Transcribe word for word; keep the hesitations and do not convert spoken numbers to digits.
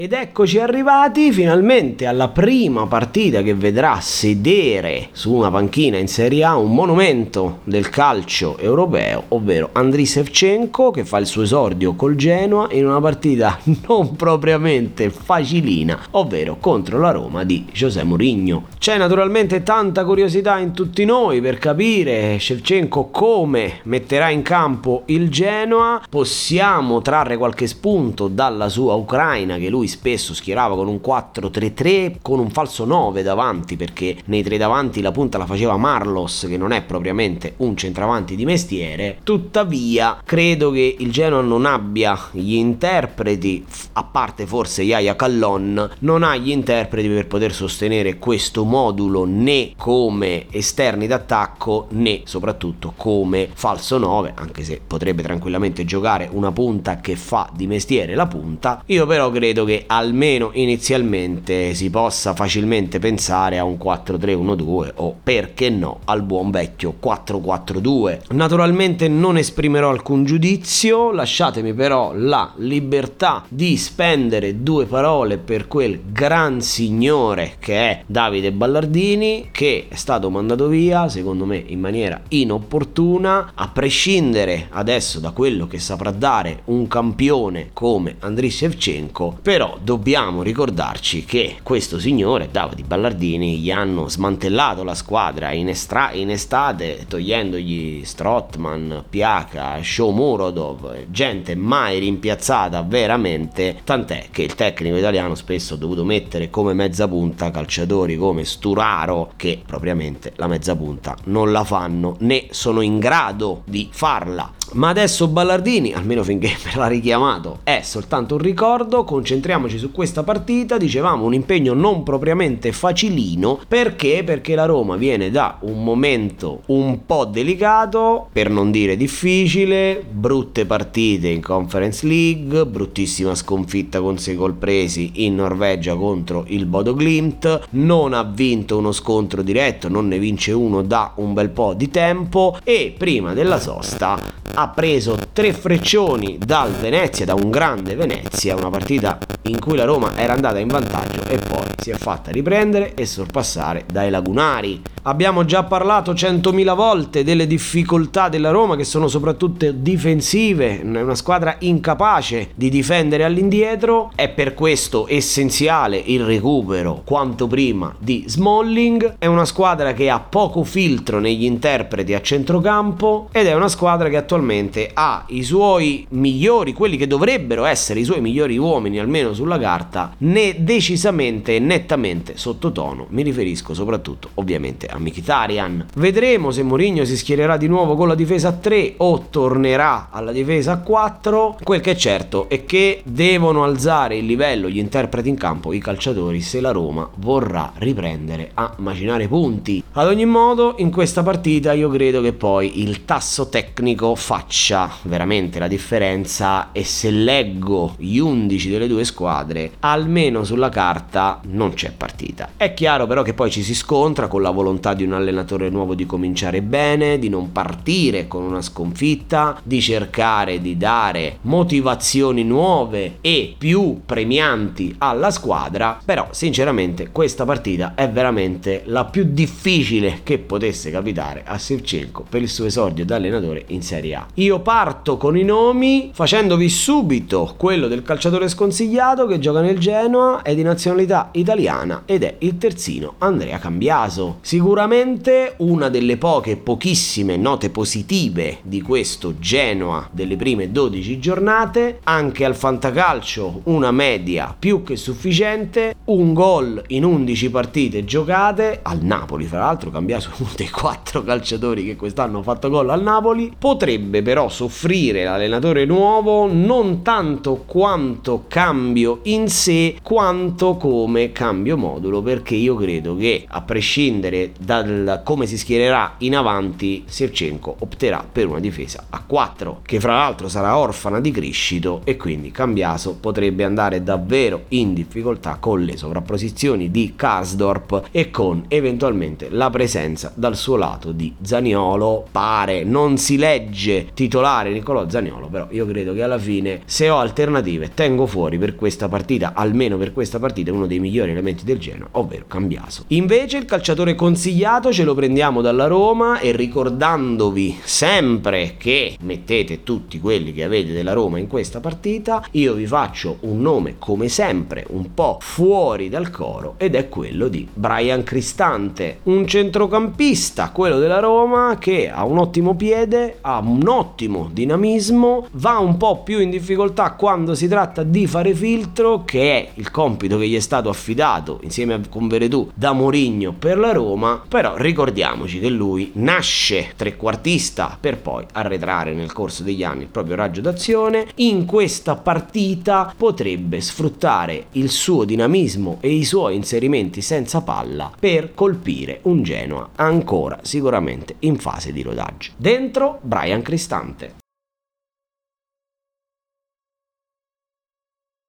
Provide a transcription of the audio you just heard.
Ed eccoci arrivati finalmente alla prima partita che vedrà sedere su una panchina in Serie A un monumento del calcio europeo, ovvero Andriy Shevchenko, che fa il suo esordio col Genoa in una partita non propriamente facilina, ovvero contro la Roma di José Mourinho. C'è naturalmente tanta curiosità in tutti noi per capire Shevchenko come metterà in campo il Genoa. Possiamo trarre qualche spunto dalla sua Ucraina, che lui spesso schierava con un quattro tre tre con un falso nove davanti, perché nei tre davanti la punta la faceva Marlos, che non è propriamente un centravanti di mestiere. Tuttavia credo che il Genoa non abbia gli interpreti, a parte forse Yaya Kallon, non ha gli interpreti per poter sostenere questo modulo né come esterni d'attacco né soprattutto come falso nove, anche se potrebbe tranquillamente giocare una punta che fa di mestiere la punta. Io però credo che almeno inizialmente si possa facilmente pensare a un quattro tre uno due o, perché no, al buon vecchio quattro quattro due. Naturalmente non esprimerò alcun giudizio, lasciatemi però la libertà di spendere due parole per quel gran signore che è Davide Ballardini, che è stato mandato via secondo me in maniera inopportuna, a prescindere adesso da quello che saprà dare un campione come Andriy Shevchenko. Però dobbiamo ricordarci che questo signore, Davide Ballardini, gli hanno smantellato la squadra in, estra- in estate, togliendogli Strootman, Piaka, Shomurodov, gente mai rimpiazzata veramente, tant'è che il tecnico italiano spesso ha dovuto mettere come mezza punta calciatori come Sturaro, che propriamente la mezza punta non la fanno né sono in grado di farla. Ma adesso Ballardini, almeno finché me l'ha richiamato, è soltanto un ricordo. Concentriamoci su questa partita. Dicevamo un impegno non propriamente facilino, perché? Perché la Roma viene da un momento un po' delicato, per non dire difficile, brutte partite in Conference League, bruttissima sconfitta con sei gol presi in Norvegia contro il Bodo Glimt, non ha vinto uno scontro diretto, non ne vince uno da un bel po' di tempo, e prima della sosta ha preso tre freccioni dal Venezia, da un grande Venezia, una partita in cui la Roma era andata in vantaggio e poi si è fatta riprendere e sorpassare dai lagunari. Abbiamo già parlato centomila volte delle difficoltà della Roma, che sono soprattutto difensive, è una squadra incapace di difendere all'indietro. È per questo essenziale il recupero quanto prima di Smalling. È una squadra che ha poco filtro negli interpreti a centrocampo ed è una squadra che attualmente ha i suoi migliori, quelli che dovrebbero essere i suoi migliori uomini, almeno sulla carta, né decisamente e nettamente sottotono. Mi riferisco soprattutto ovviamente a Mkhitaryan. Vedremo se Mourinho si schiererà di nuovo con la difesa a tre o tornerà alla difesa a quattro. Quel che è certo è che devono alzare il livello gli interpreti in campo, i calciatori, se la Roma vorrà riprendere a macinare punti. Ad ogni modo, in questa partita io credo che poi il tasso tecnico faccia veramente la differenza, e se leggo gli undici delle due squadre, almeno sulla carta non c'è partita. È chiaro però che poi ci si scontra con la volontà di un allenatore nuovo di cominciare bene, di non partire con una sconfitta, di cercare di dare motivazioni nuove e più premianti alla squadra. Però sinceramente questa partita è veramente la più difficile che potesse capitare a Shevchenko per il suo esordio da allenatore in Serie A. Io parto con i nomi, facendovi subito quello del calciatore sconsigliato che gioca nel Genoa, è di nazionalità italiana ed è il terzino Andrea Cambiaso. Sicuramente una delle poche, pochissime note positive di questo Genoa delle prime dodici giornate. Anche al fantacalcio una media più che sufficiente, un gol in undici partite giocate al Napoli. Fra l'altro Cambiaso è uno dei quattro calciatori che quest'anno hanno fatto gol al Napoli. Potrebbe però soffrire l'allenatore nuovo non tanto quanto cambio in sé quanto come cambio modulo, perché io credo che a prescindere dal come si schiererà in avanti, Shevchenko opterà per una difesa a quattro, che fra l'altro sarà orfana di Criscito, e quindi Cambiaso potrebbe andare davvero in difficoltà con le sovrapposizioni di Karsdorp e con eventualmente la presenza dal suo lato di Zaniolo. Pare, non si legge possibile titolare Niccolò Zaniolo, però io credo che alla fine, se ho alternative, tengo fuori per questa partita, almeno per questa partita, uno dei migliori elementi del Genoa, ovvero Cambiaso. Invece il calciatore consigliato ce lo prendiamo dalla Roma, e ricordandovi sempre che mettete tutti quelli che avete della Roma in questa partita, io vi faccio un nome come sempre un po' fuori dal coro, ed è quello di Bryan Cristante, un centrocampista, quello della Roma, che ha un ottimo piede, ha un ottimo dinamismo, va un po' più in difficoltà quando si tratta di fare filtro, che è il compito che gli è stato affidato insieme a con Veretù da Mourinho per la Roma. Però ricordiamoci che lui nasce trequartista per poi arretrare nel corso degli anni il proprio raggio d'azione. In questa partita potrebbe sfruttare il suo dinamismo e i suoi inserimenti senza palla per colpire un Genoa ancora sicuramente in fase di rodaggio. Dentro Bryan Cristante.